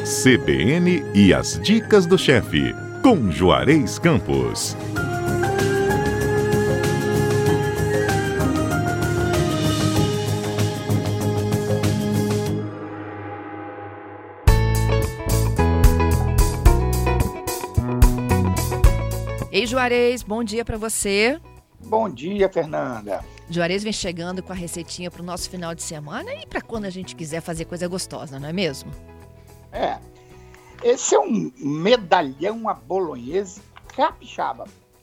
CBN e as dicas do chefe, com Juarez Campos. Ei, Juarez, bom dia para você. Bom dia, Fernanda. Juarez vem chegando com a receitinha para o nosso final de semana e para quando a gente quiser fazer coisa gostosa, não é mesmo? Esse é um medalhão à bolonhesa capixaba.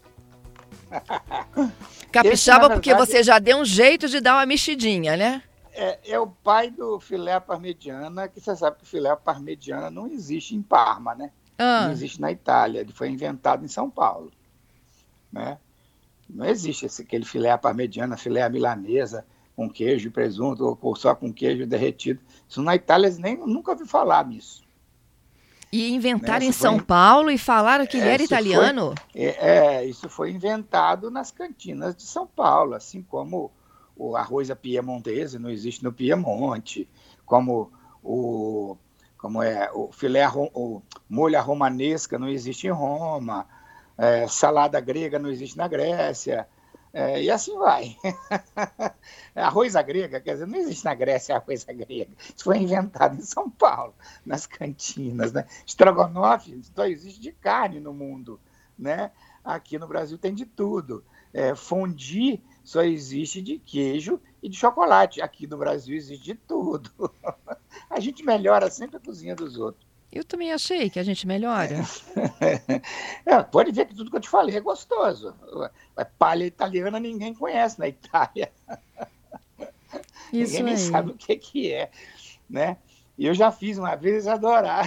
Capixaba porque você já deu um jeito de dar uma mexidinha, né? É o pai do filé à parmegiana, que você sabe que o filé à parmegiana não existe em Parma, né? Não existe na Itália, ele foi inventado em São Paulo, né? Não existe aquele filé à parmegiana, filé à milanesa, com queijo e presunto, ou só com queijo derretido. Isso na Itália nunca ouvi falar nisso. E inventaram em São Paulo e falaram que ele era italiano? Isso foi inventado nas cantinas de São Paulo, assim como o arroz à piemontese não existe no Piemonte, como o filé, o molho à romanesca não existe em Roma, salada grega não existe na Grécia, e assim vai. Arroz à grega, quer dizer, não existe na Grécia arroz à grega. Isso foi inventado em São Paulo, nas cantinas, né? Estrogonofe só existe de carne no mundo, né? Aqui no Brasil tem de tudo. Fondue só existe de queijo e de chocolate. Aqui no Brasil existe de tudo. A gente melhora sempre a cozinha dos outros. Eu também achei que a gente melhora. Pode ver que tudo que eu te falei é gostoso. Palha italiana ninguém conhece na Itália. Isso ninguém nem sabe o que é, né? E eu já fiz uma vez e adoraram.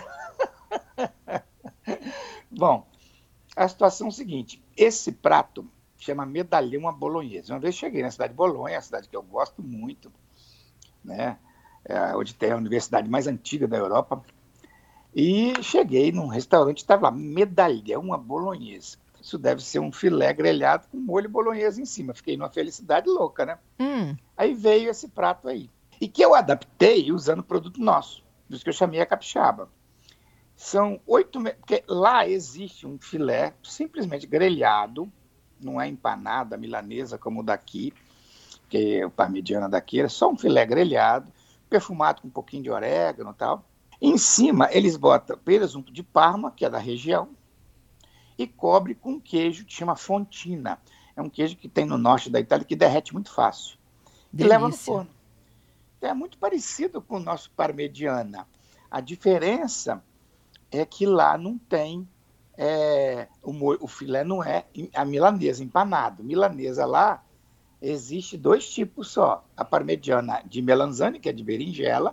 Bom, a situação é a seguinte. Esse prato chama medalhão à bolonhesa. Uma vez cheguei na cidade de Bolonha, a cidade que eu gosto muito, né? Onde tem a universidade mais antiga da Europa. E cheguei num restaurante, estava lá, medalhão à bolonhesa. Isso deve ser um filé grelhado com molho bolonhesa em cima. Fiquei numa felicidade louca, né? Aí veio esse prato aí. E que eu adaptei usando produto nosso. Por isso que eu chamei a capixaba. São 8... Porque lá existe um filé simplesmente grelhado, não é empanada milanesa como o daqui, que o parmegiana daqui era só um filé grelhado, perfumado com um pouquinho de orégano e tal. Em cima, eles botam presunto de Parma, que é da região, e cobre com queijo que chama fontina. É um queijo que tem no norte da Itália que derrete muito fácil. Delícia. E leva no forno. Então, é muito parecido com o nosso parmegiana. A diferença é que lá não tem... o filé não é a milanesa, empanado. Milanesa lá existe 2 tipos só. A parmegiana de melanzane, que é de berinjela,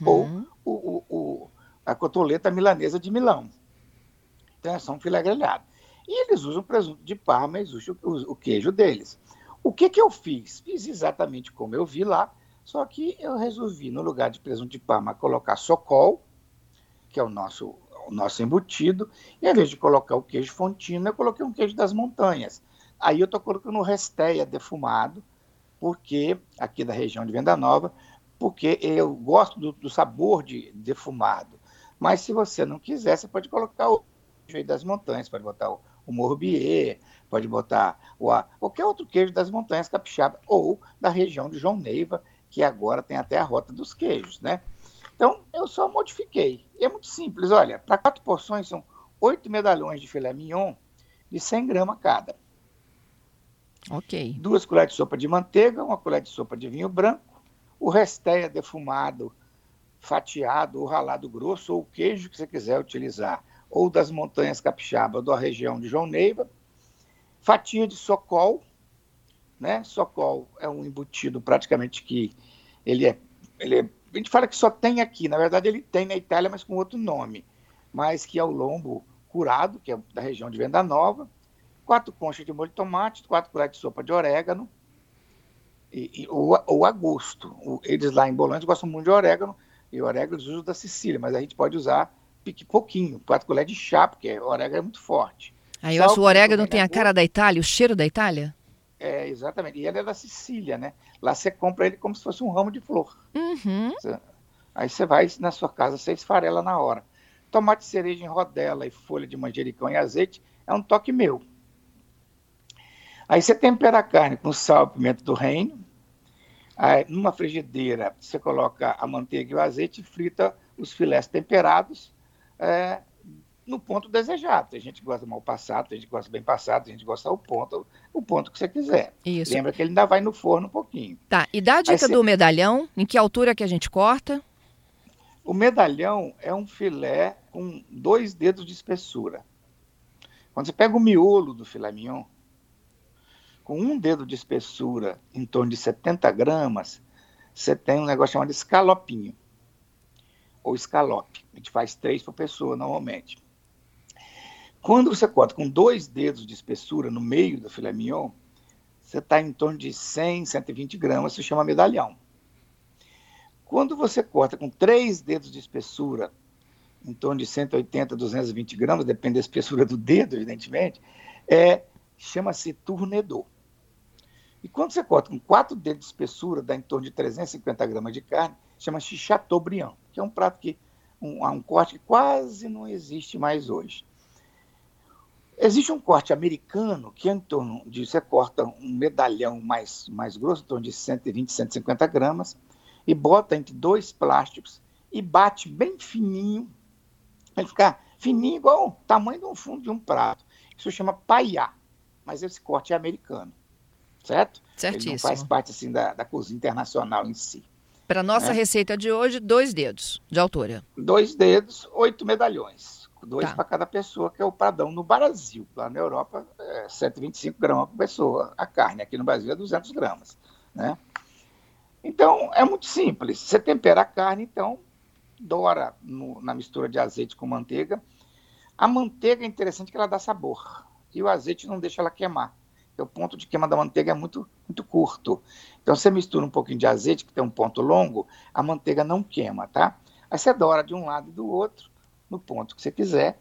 ou a cotoleta milanesa de Milão. Então é só um filé grelhado. E eles usam presunto de Parma, eles usam o queijo deles. O que eu fiz? Fiz exatamente como eu vi lá, só que eu resolvi, no lugar de presunto de Parma, colocar socol, que é o nosso embutido, e ao invés de colocar o queijo fontina, eu coloquei um queijo das montanhas. Aí eu estou colocando Restéia defumado, porque aqui da região de Venda Nova, porque eu gosto do sabor de defumado. Mas se você não quiser, você pode colocar o queijo das montanhas, pode botar o Morbier, pode botar qualquer outro queijo das montanhas capixaba, ou da região de João Neiva, que agora tem até a rota dos queijos, né? Então, eu só modifiquei. E é muito simples, olha, para 4 porções são 8 medalhões de filé mignon de 100 gramas cada. Ok. 2 colheres de sopa de manteiga, 1 colher de sopa de vinho branco, o Restéia defumado, fatiado ou ralado grosso, ou o queijo que você quiser utilizar, ou das montanhas capixaba, ou da região de João Neiva, fatia de socol, né? Socol é um embutido praticamente que a gente fala que só tem aqui, na verdade ele tem na Itália, mas com outro nome, mas que é o lombo curado, que é da região de Venda Nova, 4 conchas de molho de tomate, 4 colheres de sopa de orégano, ou a gosto. Eles lá em Bolonha gostam muito de orégano, e o orégano eles usam da Sicília, mas a gente pode usar pouquinho, 4 colheres de chá, porque o orégano é muito forte. Aí eu acho que o orégano tem a cara da Itália, o cheiro da Itália? Exatamente. E ele é da Sicília, né? Lá você compra ele como se fosse um ramo de flor. Aí você vai na sua casa, você esfarela na hora. Tomate cereja em rodela e folha de manjericão em azeite é um toque meu. Aí você tempera a carne com sal e pimenta do reino. Aí, numa frigideira, você coloca a manteiga e o azeite e frita os filés temperados no ponto desejado. Tem gente que gosta mal passado, tem gente que gosta bem passado, tem gente que gosta o ponto que você quiser. Isso. Lembra que ele ainda vai no forno um pouquinho. Tá, e dá a dica do medalhão, em que altura que a gente corta? O medalhão é um filé com 2 dedos de espessura. Quando você pega o miolo do filé mignon, com 1 dedo de espessura, em torno de 70 gramas, você tem um negócio chamado escalopinho, ou escalope. A gente faz 3 por pessoa, normalmente. Quando você corta com 2 dedos de espessura no meio do filé mignon, você está em torno de 100, 120 gramas, se chama medalhão. Quando você corta com 3 dedos de espessura, em torno de 180, 220 gramas, depende da espessura do dedo, evidentemente, chama-se tournedos. E quando você corta com 4 dedos de espessura, dá em torno de 350 gramas de carne, chama-se chateaubriand, que é um prato que um corte que quase não existe mais hoje. Existe um corte americano que é em torno de, você corta um medalhão mais grosso, em torno de 120, 150 gramas, e bota entre 2 plásticos e bate bem fininho, ele fica fininho igual o tamanho de um fundo de um prato. Isso chama paiá, mas esse corte é americano, certo? Certíssimo. Ele não faz parte assim, da cozinha internacional em si. Para a nossa receita de hoje, 2 dedos de altura. 2 dedos, 8 medalhões. 2 Tá. para cada pessoa, que é o padrão no Brasil. Lá na Europa, 125 gramas por pessoa a carne. Aqui no Brasil é 200 gramas. Né? Então, é muito simples. Você tempera a carne, então, doura na mistura de azeite com manteiga. A manteiga é interessante que ela dá sabor. E o azeite não deixa ela queimar. O ponto de queima da manteiga é muito, muito curto. Então, você mistura um pouquinho de azeite, que tem um ponto longo, a manteiga não queima, tá? Aí você doura de um lado e do outro, no ponto que você quiser,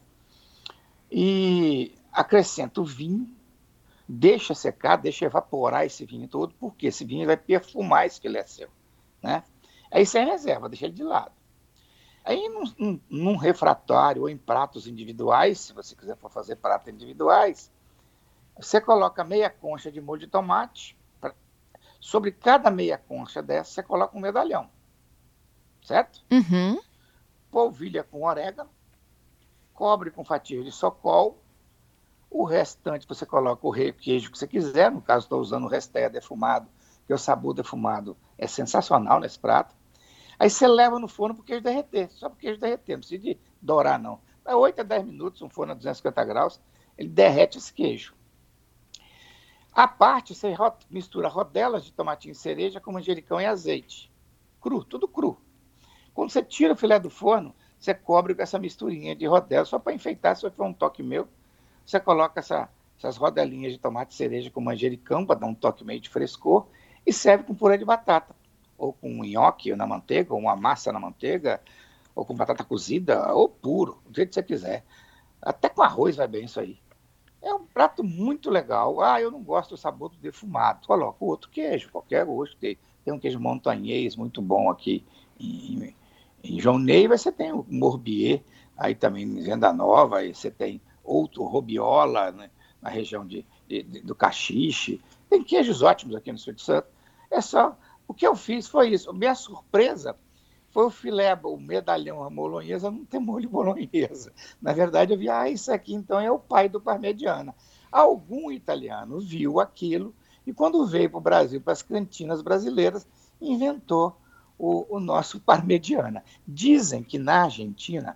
e acrescenta o vinho, deixa secar, deixa evaporar esse vinho todo, porque esse vinho vai perfumar esse filé seu, né? Aí você reserva, deixa ele de lado. Aí num refratário ou em pratos individuais, se você quiser for fazer pratos individuais, você coloca meia concha de molho de tomate, sobre cada meia concha dessa você coloca um medalhão, certo? Uhum. Polvilha com orégano, cobre com fatias de socol, o restante você coloca o requeijo que você quiser, no caso estou usando o restéia defumado, porque o sabor defumado é sensacional nesse prato. Aí você leva no forno para o queijo derreter, só para o queijo derreter, não precisa de dourar não. É 8 a 10 minutos, um forno a 250 graus, ele derrete esse queijo. À parte, você mistura rodelas de tomatinho cereja com manjericão e azeite. Cru, tudo cru. Quando você tira o filé do forno, você cobre com essa misturinha de rodelas, só para enfeitar, se for um toque meu. Você coloca essas rodelinhas de tomate cereja com manjericão, para dar um toque meio de frescor, e serve com purê de batata, ou com um nhoque na manteiga, ou uma massa na manteiga, ou com batata cozida, ou puro, do jeito que você quiser. Até com arroz vai bem isso aí. É um prato muito legal. Eu não gosto do sabor do defumado. Coloca outro queijo, qualquer gosto. Tem um queijo montanhês muito bom aqui em João Neiva. Você tem o Morbier, aí também em Venda Nova. Aí você tem outro Robiola, né, na região do Caxixe. Tem queijos ótimos aqui no Espírito Santo. O que eu fiz foi isso. Minha surpresa foi o filé, o medalhão à bolonhesa, não tem molho bolonhesa. Na verdade, eu vi, isso aqui então é o pai do parmegiana. Algum italiano viu aquilo e quando veio para o Brasil, para as cantinas brasileiras, inventou o nosso parmegiana. Dizem que na Argentina,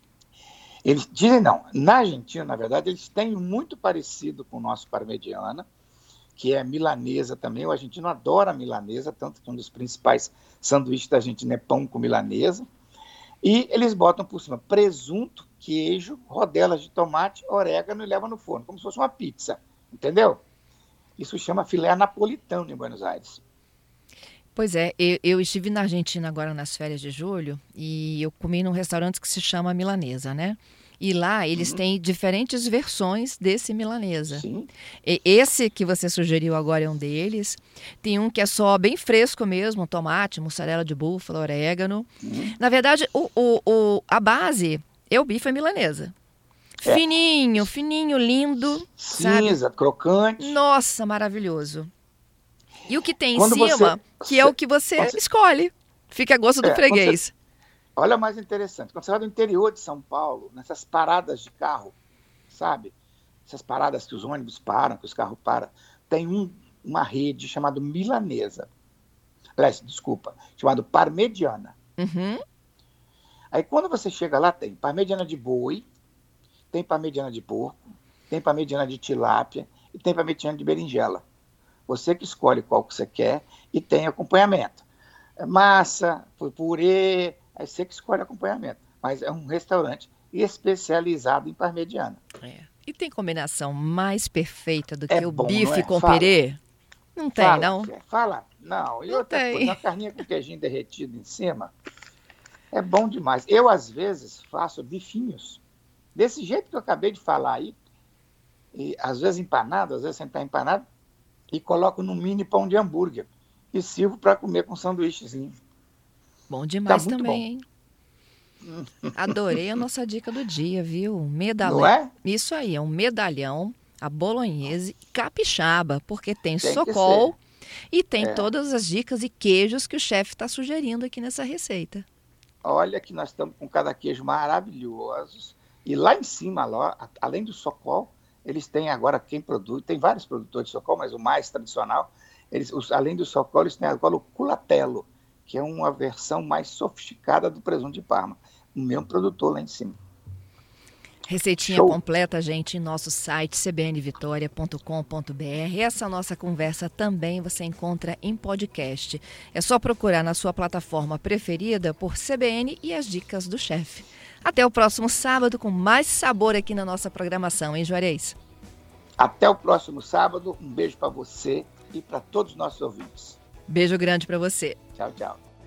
na Argentina, na verdade, eles têm muito parecido com o nosso parmegiana, que é milanesa também. O argentino adora milanesa, tanto que um dos principais sanduíches da Argentina é pão com milanesa. E eles botam por cima presunto, queijo, rodelas de tomate, orégano e levam no forno, como se fosse uma pizza, entendeu? Isso chama filé napolitano em Buenos Aires. Pois é, eu estive na Argentina agora nas férias de julho e eu comi num restaurante que se chama Milanesa, né? E lá eles têm diferentes versões desse milanesa. Sim. Esse que você sugeriu agora é um deles. Tem um que é só bem fresco mesmo, tomate, mussarela de búfala, orégano. Na verdade, a base É o bife à milanesa. É. Fininho, lindo. Cinza, sabe? crocante. Nossa, maravilhoso. E o que tem em Quando cima, que é o que você quando você- escolhe. Fica a gosto do É, freguês. Olha mais interessante, quando você vai do interior de São Paulo, nessas paradas de carro, sabe? Essas paradas que os ônibus param, que os carros param, tem uma rede chamada Milanesa. Aliás, desculpa, chamada Parmegiana. Uhum. Aí quando você chega lá, tem parmegiana de boi, tem parmegiana de porco, tem parmegiana de tilápia e tem parmegiana de berinjela. Você que escolhe qual que você quer e tem acompanhamento. É massa, purê, aí você que escolhe acompanhamento. Mas é um restaurante especializado em parmegiana. É. E tem combinação mais perfeita do É que o bom, bife não é? com Fala. perê? Não tem, Fala, não? fala. Não, e Não outra tem. coisa, uma carninha com queijinho derretido em cima, é bom demais. Eu, às vezes, faço bifinhos, desse jeito que eu acabei de falar aí, e às vezes empanado, às vezes sem estar empanado, e coloco num mini pão de hambúrguer e sirvo para comer com um sanduíchezinho. Bom demais muito também, hein? Adorei a nossa dica do dia, viu? Não é? Isso aí, é um medalhão, a bolonhese capixaba, porque tem Tem que socol e tem É. todas as dicas e queijos que o chefe está sugerindo aqui nessa receita. Olha que nós estamos com cada queijo maravilhosos. E lá em cima, lá, além do socol, eles têm agora quem produz, tem vários produtores de socol, mas o mais tradicional, além do socol, eles têm agora o culatello, que é uma versão mais sofisticada do presunto de Parma. O mesmo produtor lá em cima. Receitinha Show. completa, gente, em nosso site cbnvitoria.com.br. Essa nossa conversa também você encontra em podcast. É só procurar na sua plataforma preferida por CBN e as dicas do chefe. Até o próximo sábado com mais sabor aqui na nossa programação, hein, Juarez? Até o próximo sábado. Um beijo para você e para todos os nossos ouvintes. Beijo grande para você. Tchau, tchau.